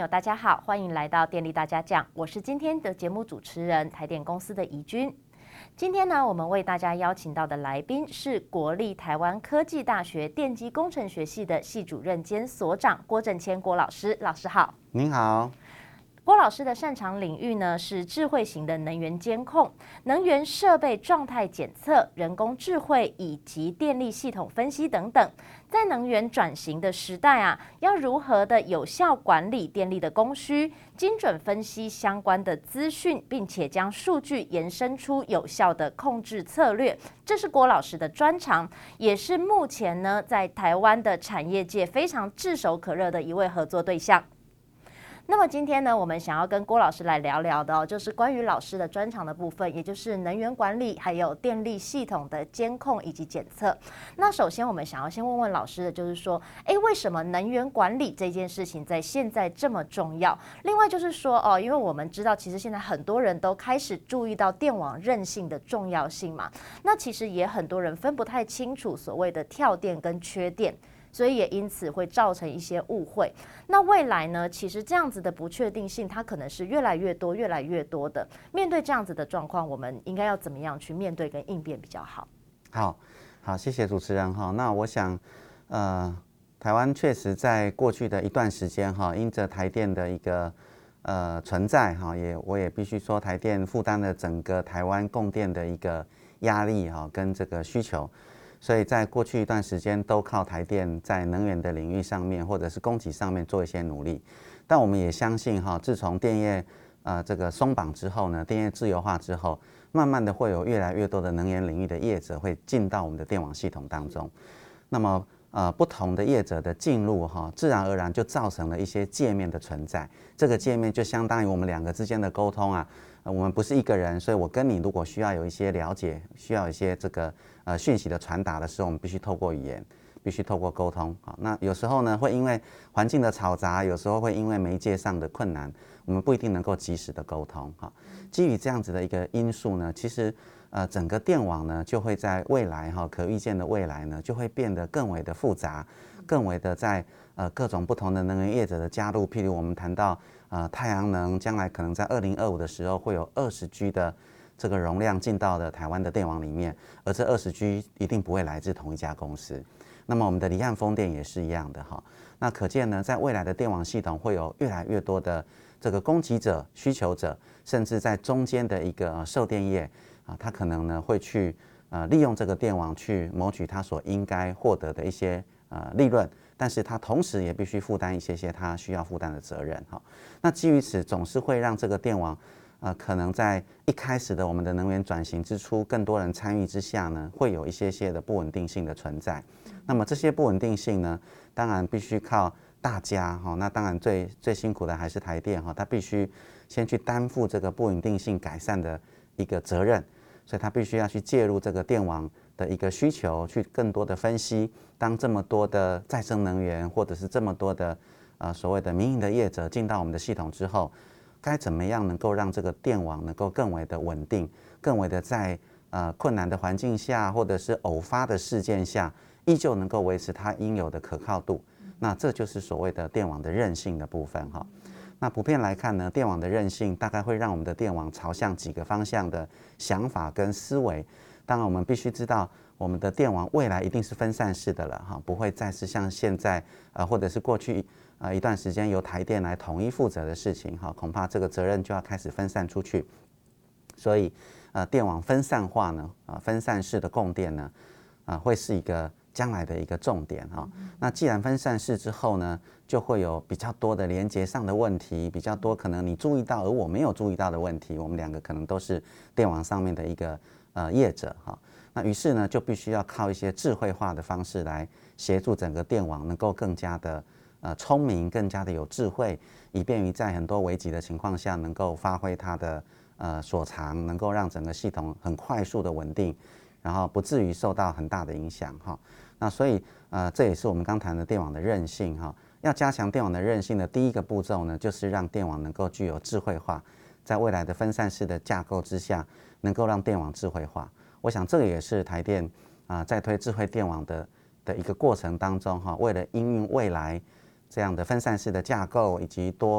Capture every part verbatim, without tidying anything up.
大家好，欢迎来到电力大家讲，我是今天的节目主持人台电公司的怡君。今天呢，我们为大家邀请到的来宾是国立台湾科技大学电机工程学系的系主任兼所长郭正谦郭老师，老师好。 您好。 郭老师的擅长领域呢是智慧型的能源监控、能源设备状态检测、人工智慧以及电力系统分析等等。在能源转型的时代啊，要如何的有效管理电力的供需，精准分析相关的资讯，并且将数据延伸出有效的控制策略，这是郭老师的专长，也是目前呢在台湾的产业界非常炙手可热的一位合作对象。那么今天呢，我们想要跟郭老师来聊聊的哦，就是关于老师的专长的部分，也就是能源管理还有电力系统的监控以及检测。那首先我们想要先问问老师的就是说，哎，为什么能源管理这件事情在现在这么重要？另外就是说哦，因为我们知道其实现在很多人都开始注意到电网韧性的重要性嘛，那其实也很多人分不太清楚所谓的跳电跟缺电。所以也因此会造成一些误会。那未来呢？其实这样子的不确定性，它可能是越来越多、越来越多的。面对这样子的状况，我们应该要怎么样去面对跟应变比较好？ 好，好，谢谢主持人哈。那我想，呃，台湾确实在过去的一段时间哈，因着台电的一个呃存在哈，也我也必须说，台电负担了整个台湾供电的一个压力哈，跟这个需求。所以在过去一段时间都靠台电在能源的领域上面或者是供给上面做一些努力，但我们也相信哈，自从电业呃这个松绑之后呢，电业自由化之后，慢慢的会有越来越多的能源领域的业者会进到我们的电网系统当中。那么呃不同的业者的进入哈，自然而然就造成了一些界面的存在。这个界面就相当于我们两个之间的沟通啊。呃、我们不是一个人，所以我跟你如果需要有一些了解，需要一些这个呃讯息的传达的时候，我们必须透过语言，必须透过沟通。好，那有时候呢会因为环境的嘈杂，有时候会因为媒介上的困难，我们不一定能够及时的沟通。哈，基于这样子的一个因素呢，其实呃整个电网呢就会在未来哈可预见的未来呢就会变得更为的复杂，更为的在呃各种不同的能源业者的加入，譬如我们谈到。呃，太阳能将来可能在二零二五的时候会有二十 G 的这个容量进到的台湾的电网里面，而这二十 G 一定不会来自同一家公司。那么我们的离岸风电也是一样的哈。那可见呢，在未来的电网系统会有越来越多的这个供给者、需求者，甚至在中间的一个、呃、售电业啊，它可能呢会去呃利用这个电网去谋取它所应该获得的一些呃利润。但是它同时也必须负担一些些它需要负担的责任哈。那基于此，总是会让这个电网，呃，可能在一开始的我们的能源转型之初，更多人参与之下呢，会有一些些的不稳定性的存在。那么这些不稳定性呢，当然必须靠大家哈。那当然最最辛苦的还是台电哈，它必须先去担负这个不稳定性改善的一个责任，所以它必须要去介入这个电网的一个需求，去更多的分析，当这么多的再生能源或者是这么多的呃所谓的民营的业者进到我们的系统之后，该怎么样能够让这个电网能够更为的稳定，更为的在呃困难的环境下或者是偶发的事件下，依旧能够维持它应有的可靠度。那这就是所谓的电网的韧性的部分哈。那普遍来看呢，电网的韧性大概会让我们的电网朝向几个方向的想法跟思维。当然，我们必须知道，我们的电网未来一定是分散式的了哈，不会再是像现在呃，或者是过去呃一段时间由台电来统一负责的事情哈，恐怕这个责任就要开始分散出去。所以呃，电网分散化呢，啊、呃，分散式的供电呢，啊、呃，会是一个将来的一个重点哈。那既然分散式之后呢，就会有比较多的连接上的问题，比较多可能你注意到而我没有注意到的问题，我们两个可能都是电网上面的一个。呃，业者哈，那于是呢，就必须要靠一些智慧化的方式来协助整个电网能够更加的呃聪明，更加的有智慧，以便于在很多危急的情况下能够发挥它的呃所长，能够让整个系统很快速的稳定，然后不至于受到很大的影响哈。那所以呃，这也是我们刚谈的电网的韧性哈。要加强电网的韧性的第一个步骤呢，就是让电网能够具有智慧化，在未来的分散式的架构之下。能够让电网智慧化，我想这个也是台电啊、呃、在推智慧电网的的一个过程当中哈，为了因应未来这样的分散式的架构以及多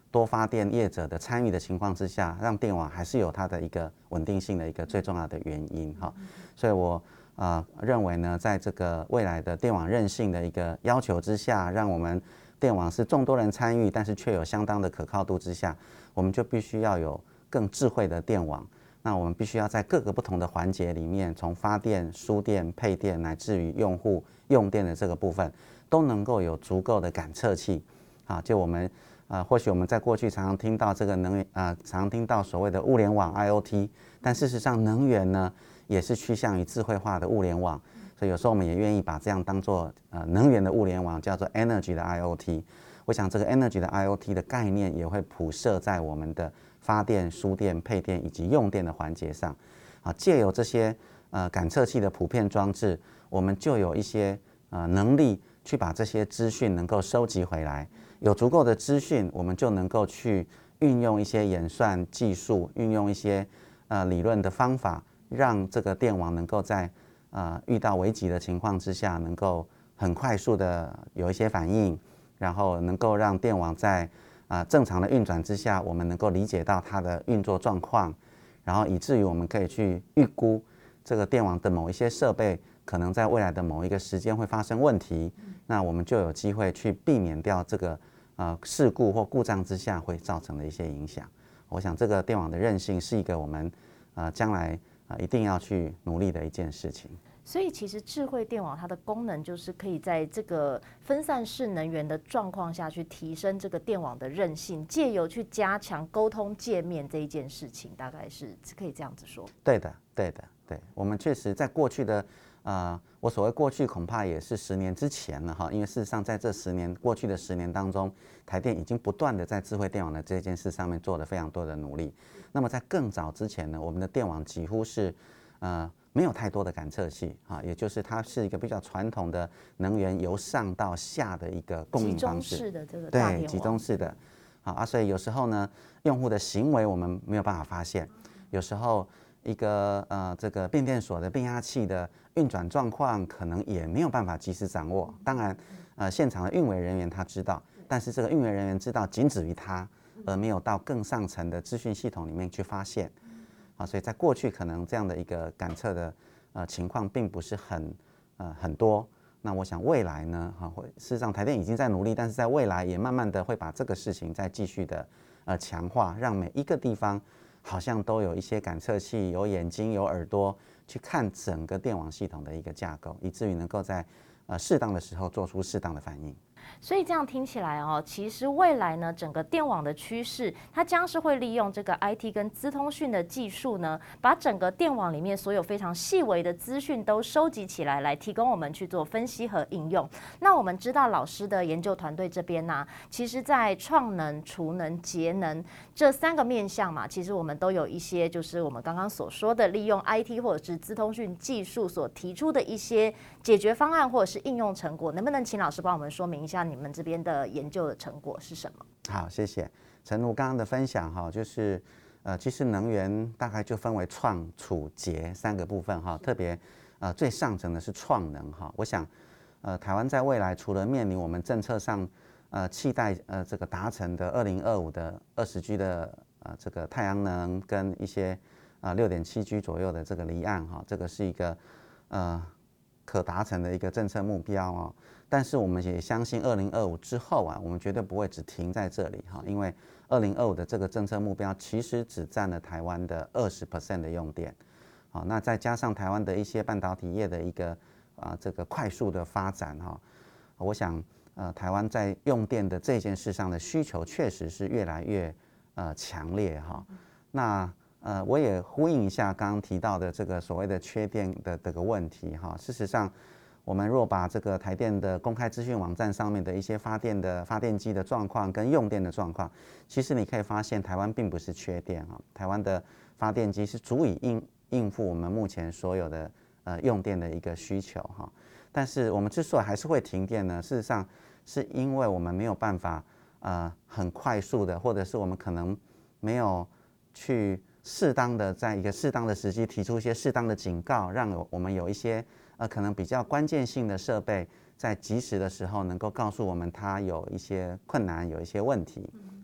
多发电业者的参与的情况之下，让电网还是有它的一个稳定性的一个最重要的原因哈。所以我呃认为呢，在这个未来的电网韧性的一个要求之下，让我们电网是众多人参与，但是却有相当的可靠度之下，我们就必须要有更智慧的电网。那我们必须要在各个不同的环节里面，从发电、输电、配电，乃至于用户用电的这个部分，都能够有足够的感测器。啊，就我们呃，或许我们在过去常常听到这个能源啊、呃，常常听到所谓的物联网 I O T， 但事实上能源呢也是趋向于智慧化的物联网。所以有时候我们也愿意把这样当做呃能源的物联网，叫做 Energy 的 I O T。我想这个 Energy 的 I O T 的概念也会普设在我们的发电、输电、配电以及用电的环节上。啊，借由这些呃感测器的普遍装置，我们就有一些呃能力去把这些资讯能够收集回来。有足够的资讯，我们就能够去运用一些演算技术，运用一些呃理论的方法，让这个电网能够在呃遇到危急的情况之下，能够很快速的有一些反应，然后能够让电网在啊、呃、正常的运转之下，我们能够理解到它的运作状况，然后以至于我们可以去预估这个电网的某一些设备可能在未来的某一个时间会发生问题，那我们就有机会去避免掉这个呃事故或故障之下会造成的一些影响。我想这个电网的韧性是一个我们呃将来呃一定要去努力的一件事情。 所以其实智慧电网它的功能就是可以在这个分散式能源的状况下去提升这个电网的韧性，借由去加强沟通界面这一件事情，大概是可以这样子说。 对的，对的，对，我们确实在过去的呃，我所谓过去恐怕也是十年之前了哈，因为事实上在这十年过去的十年当中，台电已经不断的在智慧电网的这件事上面做了非常多的努力。那么在更早之前呢，我们的电网几乎是呃。没有太多的感测器啊，也就是它是一个比较传统的能源由上到下的一个供应方式， 集中式的这个大电网， 对，集中式的啊，所以有时候呢，用户的行为我们没有办法发现，有时候一个呃这个变电所的变压器的运转状况可能也没有办法及时掌握。当然，呃，现场的运维人员他知道，但是这个运维人员知道仅止于他，而没有到更上层的资讯系统里面去发现。啊，所以在过去可能这样的一个感测的呃情况并不是很呃很多。那我想未来呢，哈、啊，会事实上台电已经在努力，但是在未来也慢慢的会把这个事情再继续的呃强化，让每一个地方好像都有一些感测器，有眼睛有耳朵去看整个电网系统的一个架构，以至于能够在呃适当的时候做出适当的反应。 所以这样听起来哦，其实未来呢，整个电网的趋势，它将是会利用这个 I T 跟资通讯的技术呢，把整个电网里面所有非常细微的资讯都收集起来，来提供我们去做分析和应用。那我们知道老师的研究团队这边呢、啊，其实在创能、储能、节能这三个面向嘛，其实我们都有一些，就是我们刚刚所说的，利用 I T 或者是资通讯技术所提出的一些解决方案或者是应用成果，能不能请老师帮我们说明一下？你们这边的研究的成果是什么？ 好，谢谢陈如刚刚的分享哈，就是呃，其实能源大概就分为创、储、节三个部分哈，特别呃最上层的是创能哈。我想呃台湾在未来除了面临我们政策上呃期待呃这个达成的二零二五的二十 G 的呃这个太阳能跟一些啊六点七 G 左右的这个离岸哈，这个是一个呃可达成的一个政策目标哦。但是我们也相信，二零二五之后啊，我们绝对不会只停在这里哈，因为二零二五的这个政策目标其实只占了台湾的二十 percent 的用电，好，那再加上台湾的一些半导体业的一个啊这个快速的发展哈，我想呃台湾在用电的这件事上的需求确实是越来越呃强烈哈。那呃我也呼应一下刚刚提到的这个所谓的缺电的这个问题哈，事实上。我们若把这个台电的公开资讯网站上面的一些发电的发电机的状况跟用电的状况，其实你可以发现台湾并不是缺电哈，台湾的发电机是足以应应付我们目前所有的呃用电的一个需求哈。但是我们之所以还是会停电呢，事实上是因为我们没有办法呃很快速的，或者是我们可能没有去适当的在一个适当的时机提出一些适当的警告，让我们有一些。呃，可能比较关键性的设备，在及时的时候能够告诉我们它有一些困难，有一些问题。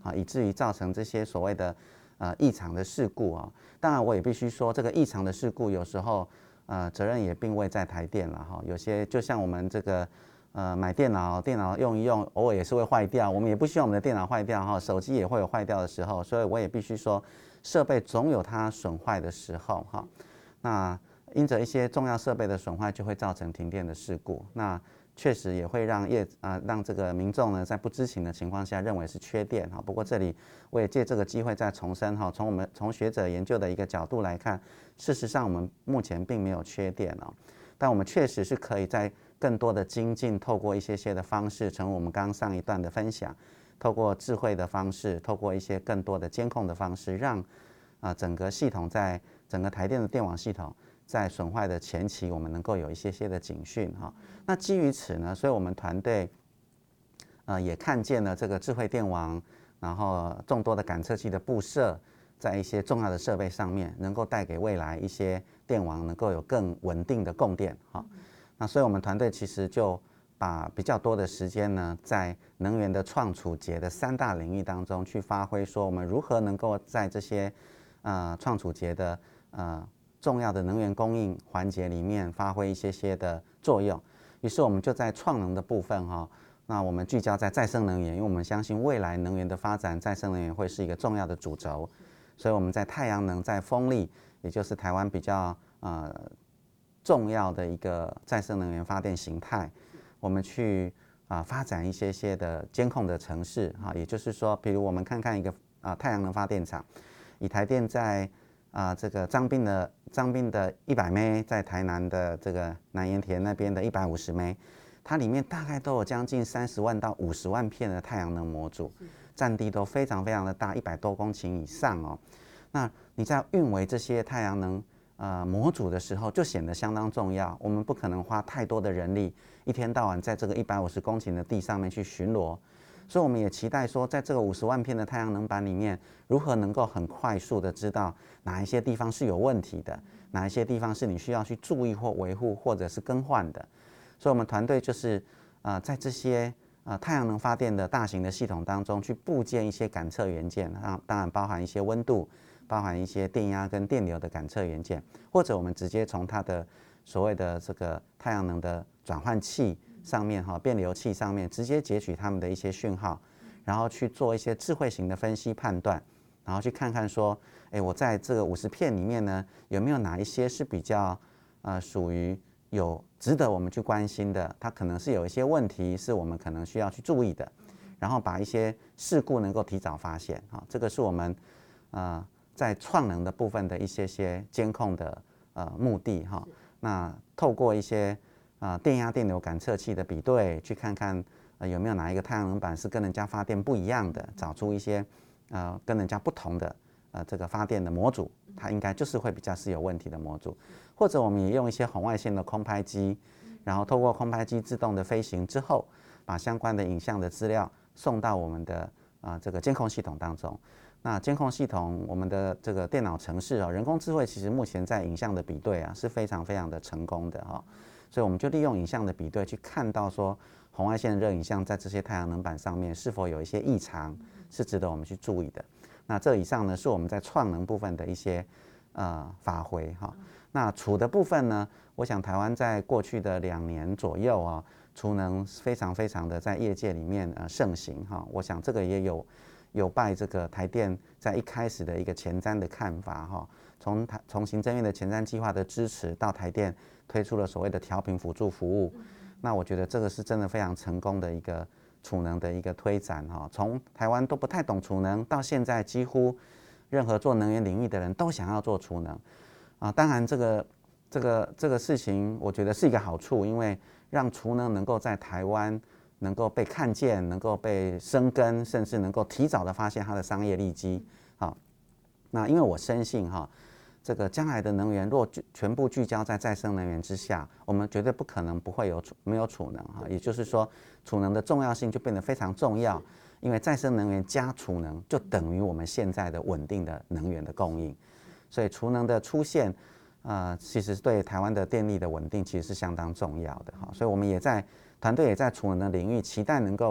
啊，以至于造成这些所谓的呃异常的事故啊。当然，我也必须说，这个异常的事故有时候呃责任也并未在台电了哈。有些就像我们这个呃买电脑，电脑用一用，偶尔也是会坏掉，我们也不希望我们的电脑坏掉哈，手机也会有坏掉的时候，所以我也必须说，设备总有它损坏的时候哈。那因着一些重要设备的损坏，就会造成停电的事故。那确实也会让业啊、呃、让这个民众呢，在不知情的情况下认为是缺电哈。不过这里我也借这个机会再重申哈，从我们从学者研究的一个角度来看，事实上我们目前并没有缺电哦，但我们确实是可以在更多的精进，透过一些些的方式，从我们刚刚上一段的分享，透过智慧的方式，透过一些更多的监控的方式，让啊、呃、整个系统在整个台电的电网系统。在损坏的前期，我们能够有一些些的警讯哈。那基于此呢，所以我们团队呃也看见了这个智慧电网，然后众多的感测器的布设，在一些重要的设备上面，能够带给未来一些电网能够有更稳定的供电哈。那所以我们团队其实就把比较多的时间呢，在能源的创储节的三大领域当中去发挥，说我们如何能够在这些呃创储节的呃。重要的能源供应环节里面发挥一些些的作用，于是我们就在创能的部分哈，那我们聚焦在再生能源，因为我们相信未来能源的发展，再生能源会是一个重要的主轴，所以我们在太阳能、在风力，也就是台湾比较呃重要的一个再生能源发电形态，我们去啊、呃、发展一些些的监控的程式哈，也就是说，比如我们看看一个啊、呃、太阳能发电厂，以台电在啊、呃，这个彰滨的彰滨的一百 枚，在台南的这个南盐田那边的一百五十枚，它里面大概都有将近三十万到五十万片的太阳能模组，占地都非常非常的大，一百多公顷以上哦。那你在运维这些太阳能呃模组的时候，就显得相当重要。我们不可能花太多的人力，一天到晚在这个一百五十公顷的地上面去巡逻。所以我们也期待说，在这个五十万片的太阳能板里面，如何能够很快速的知道哪一些地方是有问题的，哪一些地方是你需要去注意或维护或者是更换的。所以我们团队就是呃在这些呃太阳能发电的大型的系统当中去布建一些感测元件，啊，当然包含一些温度，包含一些电压跟电流的感测元件，或者我们直接从它的所谓的这个太阳能的转换器上面哈，变流器上面直接截取他们的一些讯号，然后去做一些智慧型的分析判断，然后去看看说，哎，我在这个五十片里面呢，有没有哪一些是比较呃属于有值得我们去关心的，它可能是有一些问题是我们可能需要去注意的，然后把一些事故能够提早发现啊，这个是我们呃在创能的部分的一些些监控的呃目的哈。那透过一些啊、呃、电压电流感测器的比对，去看看呃有没有哪一个太阳能板是跟人家发电不一样的，找出一些呃跟人家不同的呃这个发电的模组，它应该就是会比较是有问题的模组，或者我们也用一些红外线的空拍机，然后透过空拍机自动的飞行之后，把相关的影像的资料送到我们的啊、呃、这个监控系统当中。那监控系统，我们的这个电脑程式啊，人工智慧其实目前在影像的比对啊是非常非常的成功的哈、哦，所以我们就利用影像的比对去看到说红外线热影像在这些太阳能板上面是否有一些异常，是值得我们去注意的。那这以上呢是我们在创能部分的一些呃发挥哈、哦。那储的部分呢，我想台湾在过去的两年左右啊，储能非常非常的在业界里面呃盛行哈、哦。我想这个也有。有拜这个台电在一开始的一个前瞻的看法哈，从台从行政院的前瞻计划的支持到台电推出了所谓的调频辅助服务，那我觉得这个是真的非常成功的一个储能的一个推展哈。从台湾都不太懂储能，到现在几乎任何做能源领域的人都想要做储能啊。当然这个这个这个事情我觉得是一个好处，因为让储能能够在台湾能够被看见，能够被生根，甚至能够提早的发现它的商业利基。好，那因为我深信哈，这个将来的能源若全部聚焦在再生能源之下，我们绝对不可能不会有储没有储能哈。也就是说，储能的重要性就变得非常重要，因为再生能源加储能就等于我们现在的稳定的能源的供应，所以储能的出现，呃，其实对台湾的电力的稳定其实是相当重要的哈。所以我们也在。团队也在储能的领域，期待能够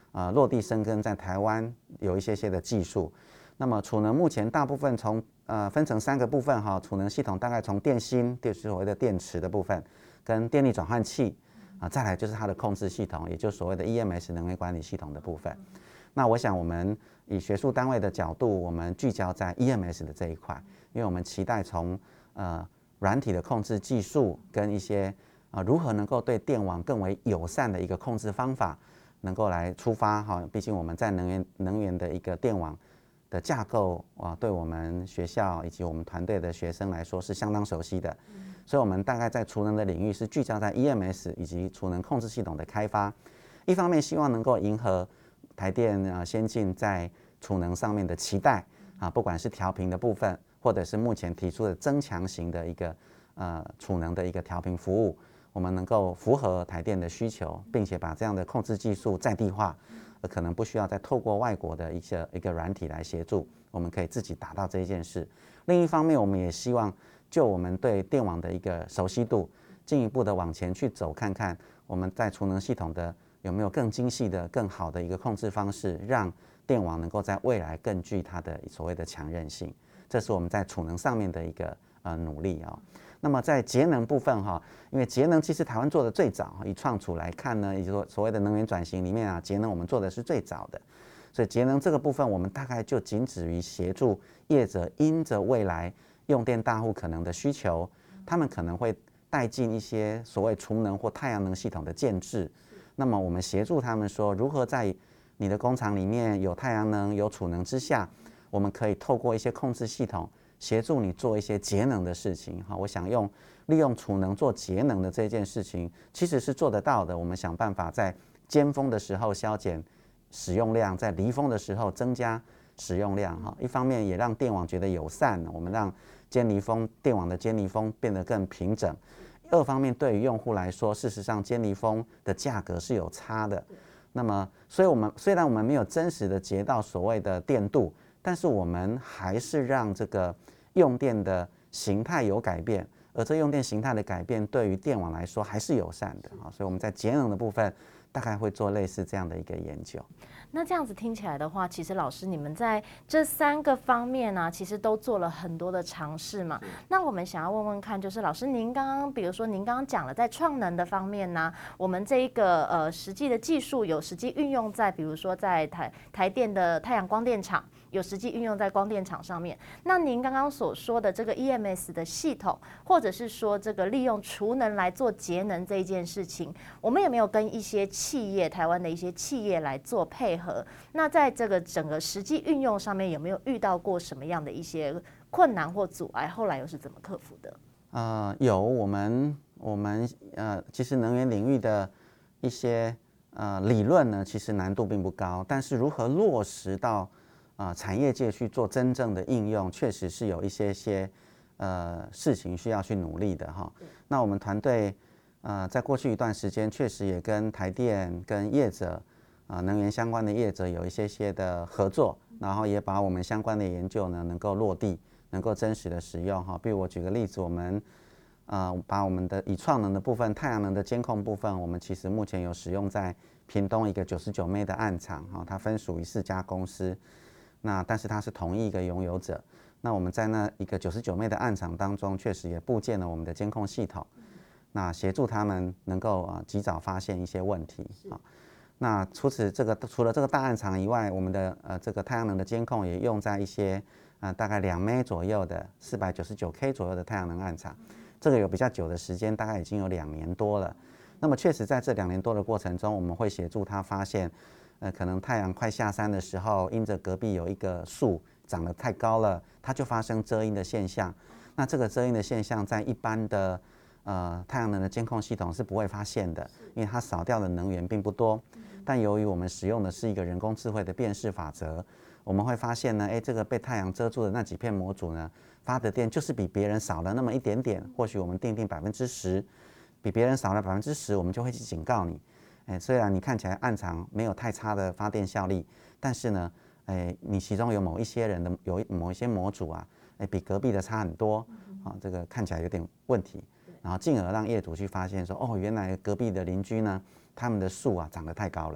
呃落地生根，在台湾有一些些的技术。那么储能目前大部分从呃分成三个部分哈，储能系统大概从电芯，就是所谓的电池的部分，跟电力转换器啊，再来就是它的控制系统，也就是所谓的 E M S 能源管理系统的部分。那我想我们以学术单位的角度，我们聚焦在 E M S 的这一块，因为我们期待从呃软体的控制技术跟一些啊、呃、如何能够对电网更为友善的一个控制方法，能够来出发哈。毕竟我们在能源能源的一个电网的架构啊，对我们学校以及我们团队的学生来说是相当熟悉的，所以我们大概在储能的领域是聚焦在 E M S 以及储能控制系统的开发。一方面希望能够迎合台电啊先进在储能上面的期待啊，不管是调频的部分，或者是目前提出的增强型的一个呃储能的一个调频服务，我们能够符合台电的需求，并且把这样的控制技术在地化。可能不需要再透过外国的一些一个软体来协助，我们可以自己达到这一件事。另一方面，我们也希望就我们对电网的一个熟悉度，进一步的往前去走，看看我们在储能系统的有没有更精细的、更好的一个控制方式，让电网能够在未来更具它的所谓的强韧性。这是我们在储能上面的一个呃努力啊、哦。那么在节能部分哈，因为节能其实台湾做的最早，以创储来看呢，也就是说所谓的能源转型里面啊，节能我们做的是最早的，所以节能这个部分我们大概就仅止于协助业者因着未来用电大户可能的需求，他们可能会带进一些所谓储能或太阳能系统的建制，那么我们协助他们说如何在你的工厂里面有太阳能有储能之下，我们可以透过一些控制系统协助你做一些节能的事情哈，我想用利用储能做节能的这件事情，其实是做得到的。我们想办法在尖峰的时候削减使用量，在离峰的时候增加使用量哈。一方面也让电网觉得友善，我们让尖离峰电网的尖离峰变得更平整。二方面对于用户来说，事实上尖离峰的价格是有差的。那么，所以我们虽然我们没有真实的截到所谓的电度，但是我们还是让这个用电的形态有改变，而这用电形态的改变对于电网来说还是友善的啊，所以我们在节能的部分大概会做类似这样的一个研究。 那这样子听起来的话，其实老师你们在这三个方面呢、啊，其实都做了很多的尝试嘛。那我们想要问问看，就是老师您刚刚，比如说您刚刚讲了在创能的方面呢、啊，我们这一个呃实际的技术有实际运用在，比如说在台台电的太阳光电厂。有实际运用在光电厂上面。那您刚刚所说的这个 E M S 的系统，或者是说这个利用储能来做节能这一件事情，我们有没有跟一些企业，台湾的一些企业来做配合？那在这个整个实际运用上面，有没有遇到过什么样的一些困难或阻碍？后来又是怎么克服的？ 呃，有我们我们呃，其实能源领域的一些呃理论呢，其实难度并不高，但是如何落实到啊，产业界去做真正的应用，确实是有一些些呃事情需要去努力的哈。那我们团队呃在过去一段时间，确实也跟台电、跟业者啊、呃、能源相关的业者有一些些的合作，然后也把我们相关的研究呢能够落地，能够真实的使用哈。比如我举个例子，我们呃把我们的以创能的部分、太阳能的监控部分，我们其实目前有使用在屏东一个九十九妹的案场哈，它分属于四家公司。那但是它是同一一个拥有者，那我们在那一个九十九妹的案场当中，确实也布建了我们的监控系统，那协助他们能够啊及早发现一些问题啊。那除此这个除了这个大案场以外，我们的呃这个太阳能的监控也用在一些呃大概两枚左右的四百九十九 K 左右的太阳能案场，这个有比较久的时间，大概已经有两年多了。那么确实在这两年多的过程中，我们会协助他发现。呃，可能太阳快下山的时候，因着隔壁有一个树长得太高了，它就发生遮阴的现象。那这个遮阴的现象，在一般的呃太阳能的监控系统是不会发现的，因为它扫掉的能源并不多。但由于我们使用的是一个人工智慧的辨识法则，我们会发现呢，哎，这个被太阳遮住的那几片模组呢，发的电就是比别人少了那么一点点。或许我们定定百分之十，比别人少了百分之十，我们就会去警告你。哎，虽然你看起来暗场没有太差的发电效率，但是呢，哎，你其中有某一些人的有某一些模组啊，哎，比隔壁的差很多，啊，这个看起来有点问题，然后进而让业主去发现说，哦，原来隔壁的邻居呢，他们的树啊长得太高了，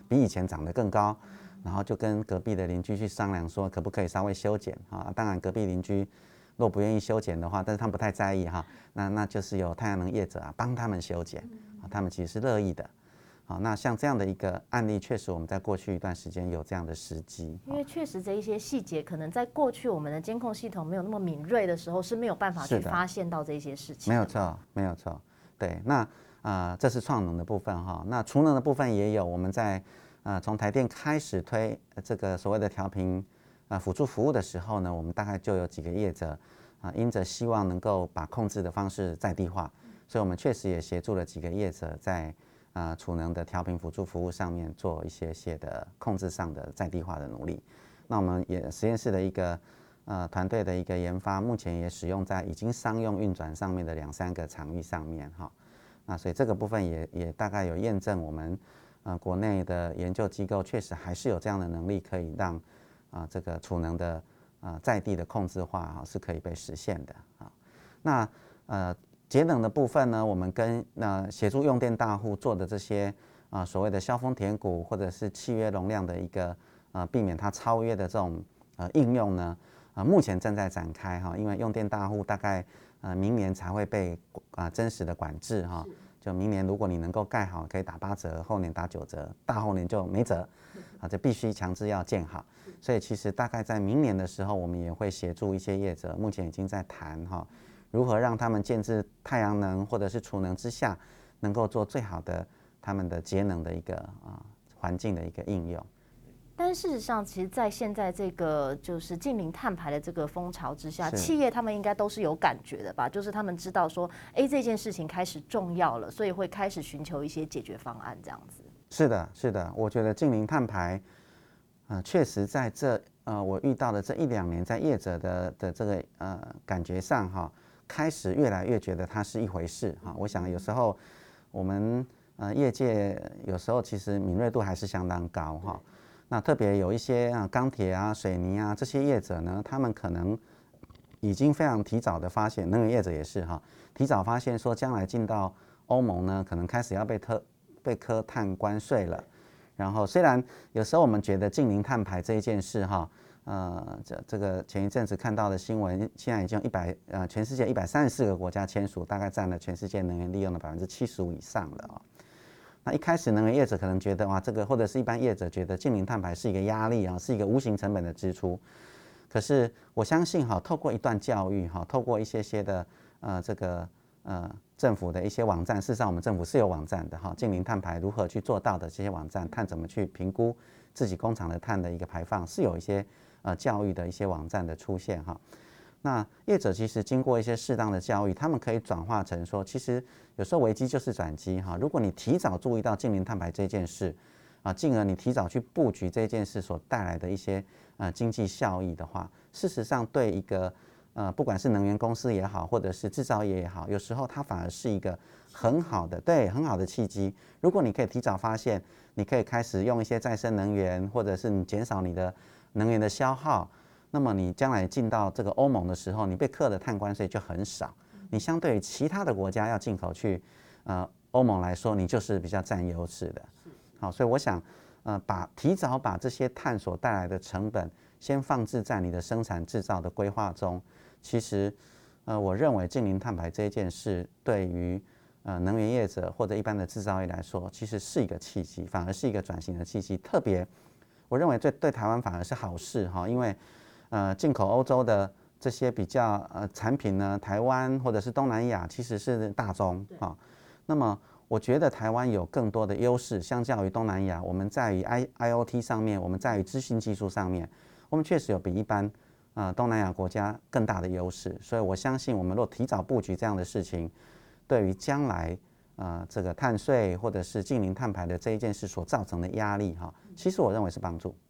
比以前涨得更高，然后就跟隔壁的邻居去商量说可不可以稍微修剪啊。当然隔壁邻居若不愿意修剪的话，但是他们不太在意哈，那那就是由太阳能业者啊帮他们修剪，啊，他们其实是乐意的。好，那像这样的一个案例，确实我们在过去一段时间有这样的时机， 因为确实这一些细节，可能在过去我们的监控系统没有那么敏锐的时候，是没有办法去发现到这些事情。 没有错，没有错。对，那啊、呃，这是创能的部分哈。那储能的部分也有，我们在呃从台电开始推这个所谓的调频啊辅助服务的时候呢，我们大概就有几个业者啊、呃，因着希望能够把控制的方式在地化，所以我们确实也协助了几个业者在。啊，储能的调频辅助服务上面做一些些的控制上的在地化的努力。那我们也实验室的一个呃团队的一个研发，目前也使用在已经商用运转上面的两三个场域上面哈。那所以这个部分也也大概有验证，我们呃国内的研究机构确实还是有这样的能力，可以让啊、呃、这个储能的啊、呃、在地的控制化啊是可以被实现的啊。那呃。节能的部分呢，我们跟呃协助用电大户做的这些啊、呃、所谓的削峰填谷或者是契约容量的一个呃避免它超约的这种呃应用呢，啊、呃、目前正在展开哈，因为用电大户大概呃明年才会被啊、呃、真实的管制哈，就明年如果你能够盖好可以打八折，后年打九折，大后年就没辙，啊这必须强制要建好，所以其实大概在明年的时候，我们也会协助一些业者，目前已经在谈哈。如何让他们建置太阳能或者是储能之下，能够做最好的他们的节能的一个啊环境的一个应用？ 但事实上，其实，在现在这个就是近零碳排的这个风潮之下，企业他们应该都是有感觉的吧？就是他们知道说，哎，这件事情开始重要了，所以会开始寻求一些解决方案，这样子。 是的，是的，我觉得近零碳排，啊、呃，确实在这呃我遇到的这一两年，在业者的的这个呃感觉上哈。开始越来越觉得它是一回事哈，我想有时候我们呃业界有时候其实敏锐度还是相当高哈。那特别有一些啊钢铁啊、水泥啊这些业者呢，他们可能已经非常提早的发现，能源业者也是哈，提早发现说将来进到欧盟呢，可能开始要被特被科碳关税了。然后虽然有时候我们觉得近零碳排这一件事哈。呃，这这个前一阵子看到的新闻，现在已经一百呃，全世界一百三十四个国家签署，大概占了全世界能源利用的百分之七十五以上了啊、哦。那一开始能源业者可能觉得哇，这个或者是一般业者觉得近零碳排是一个压力啊，是一个无形成本的支出。可是我相信哈，透过一段教育哈，透过一些些的呃这个呃政府的一些网站，事实上我们政府是有网站的哈，近零碳排如何去做到的这些网站，碳怎么去评估自己工厂的碳的一个排放，是有一些。呃，教育的一些网站的出现哈，那业者其实经过一些适当的教育，他们可以转化成说，其实有时候危机就是转机哈。如果你提早注意到近零碳排这件事，啊，进而你提早去布局这件事所带来的一些呃经济效益的话，事实上对一个呃不管是能源公司也好，或者是制造业也好，有时候它反而是一个很好的对很好的契机。如果你可以提早发现，你可以开始用一些再生能源，或者是你减少你的能源的消耗，那么你将来进到这个欧盟的时候，你被课的碳关税就很少。你相对于其他的国家要进口去，呃，欧盟来说，你就是比较占优势的。好，所以我想，呃，把提早把这些碳所带来的成本先放置在你的生产制造的规划中，其实，呃，我认为近零碳排这一件事对于呃能源业者或者一般的制造业来说，其实是一个契机，反而是一个转型的契机，特别。我认为对对台湾反而是好事哈，因为呃进口欧洲的这些比较呃产品呢，台湾或者是东南亚其实是大宗啊。那么我觉得台湾有更多的优势，相较于东南亚，我们在于 I IoT 上面，我们在于资讯技术上面，我们确实有比一般呃东南亚国家更大的优势。所以我相信，我们若提早布局这样的事情，对于将来。呃，这个碳税或者是近零碳排的这一件事所造成的压力哈，其实我认为是帮助。 好。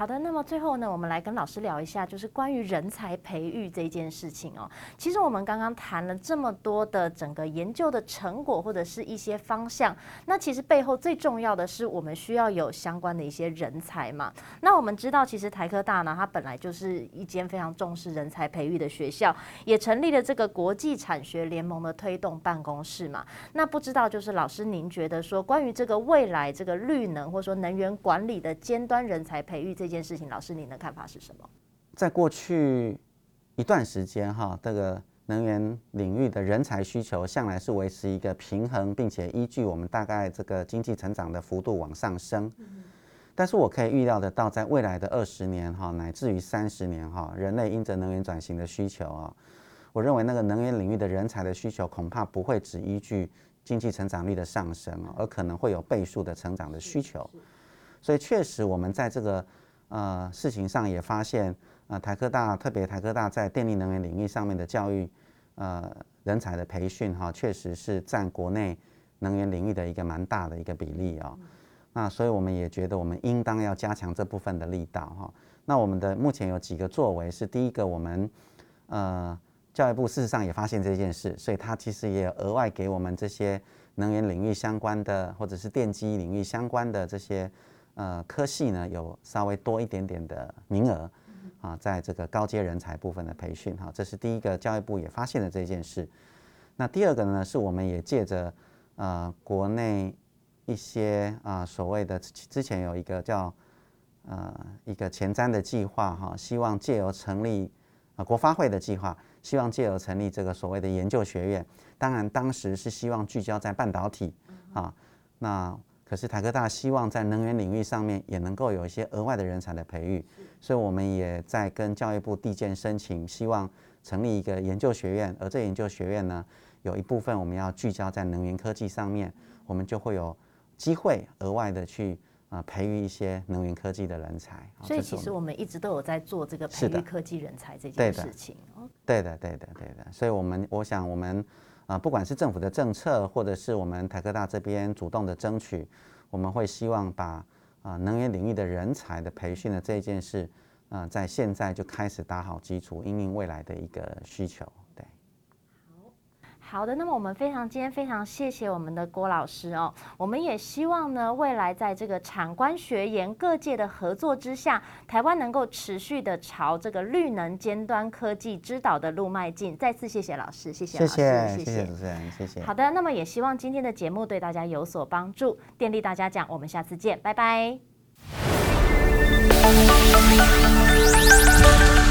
好的，那么最后呢，我们来跟老师聊一下，就是关于人才培育这件事情哦。其实我们刚刚谈了这么多的整个研究的成果，或者是一些方向，那其实背后最重要的是我们需要有相关的一些人才嘛。那我们知道，其实台科大呢，它本来就是一间非常重视人才培育的学校，也成立了这个国际产学联盟的推动办公室嘛。那不知道就是老师您觉得说，关于这个未来这个绿能或者说能源管理的尖端人才培育这件事情，老师您的看法是什么？ 在过去一段时间哈，这个能源领域的人才需求向来是维持一个平衡，并且依据我们大概这个经济成长的幅度往上升。嗯、但是我可以预料得到，在未来的二十年哈，乃至于三十年哈，人类因着能源转型的需求啊，我认为那个能源领域的人才的需求恐怕不会只依据经济成长率的上升，而可能会有倍数的成长的需求。所以确实我们在这个呃事情上也发现，呃台科大特别台科大在电力能源领域上面的教育呃人才的培训哈，确实是占国内能源领域的一个蛮大的一个比例啊、哦。那所以我们也觉得我们应当要加强这部分的力道哈、哦。那我们的目前有几个作为是，第一个我们呃教育部事实上也发现这件事，所以它其实也额外给我们这些能源领域相关的或者是电机领域相关的这些呃科系呢，有稍微多一点点的名额啊，在这个高阶人才部分的培训哈，这是第一个教育部也发现了这件事。那第二个呢，是我们也借着呃国内一些啊、呃、所谓的之前有一个叫呃一个前瞻的计划哈，希望借由成立啊、呃、国发会的计划，希望借由成立这个所谓的研究学院。当然当时是希望聚焦在半导体啊，那可是台科大希望在能源领域上面也能够有一些额外的人才的培育，所以我们也在跟教育部递件申请，希望成立一个研究学院，而这研究学院呢，有一部分我们要聚焦在能源科技上面，我们就会有机会额外的去啊、呃、培育一些能源科技的人才。 所以其实我们一直都有在做这个培育科技人才这件事情。 对的，对的，对的。所以我们我想我们啊、呃，不管是政府的政策，或者是我们台科大这边主动的争取，我们会希望把啊、呃、能源领域的人才的培训的这一件事，啊、呃，在现在就开始打好基础，因应未来的一个需求。对。 好的，那么我们非常今天非常谢谢我们的郭老师哦，我们也希望呢，未来在这个产官学研各界的合作之下，台湾能够持续的朝这个绿能尖端科技指导的路迈进。再次谢谢老师，谢谢老师， 谢谢谢谢主持人，谢谢。 好的，那么也希望今天的节目对大家有所帮助。电力大家讲，我们下次见，拜拜。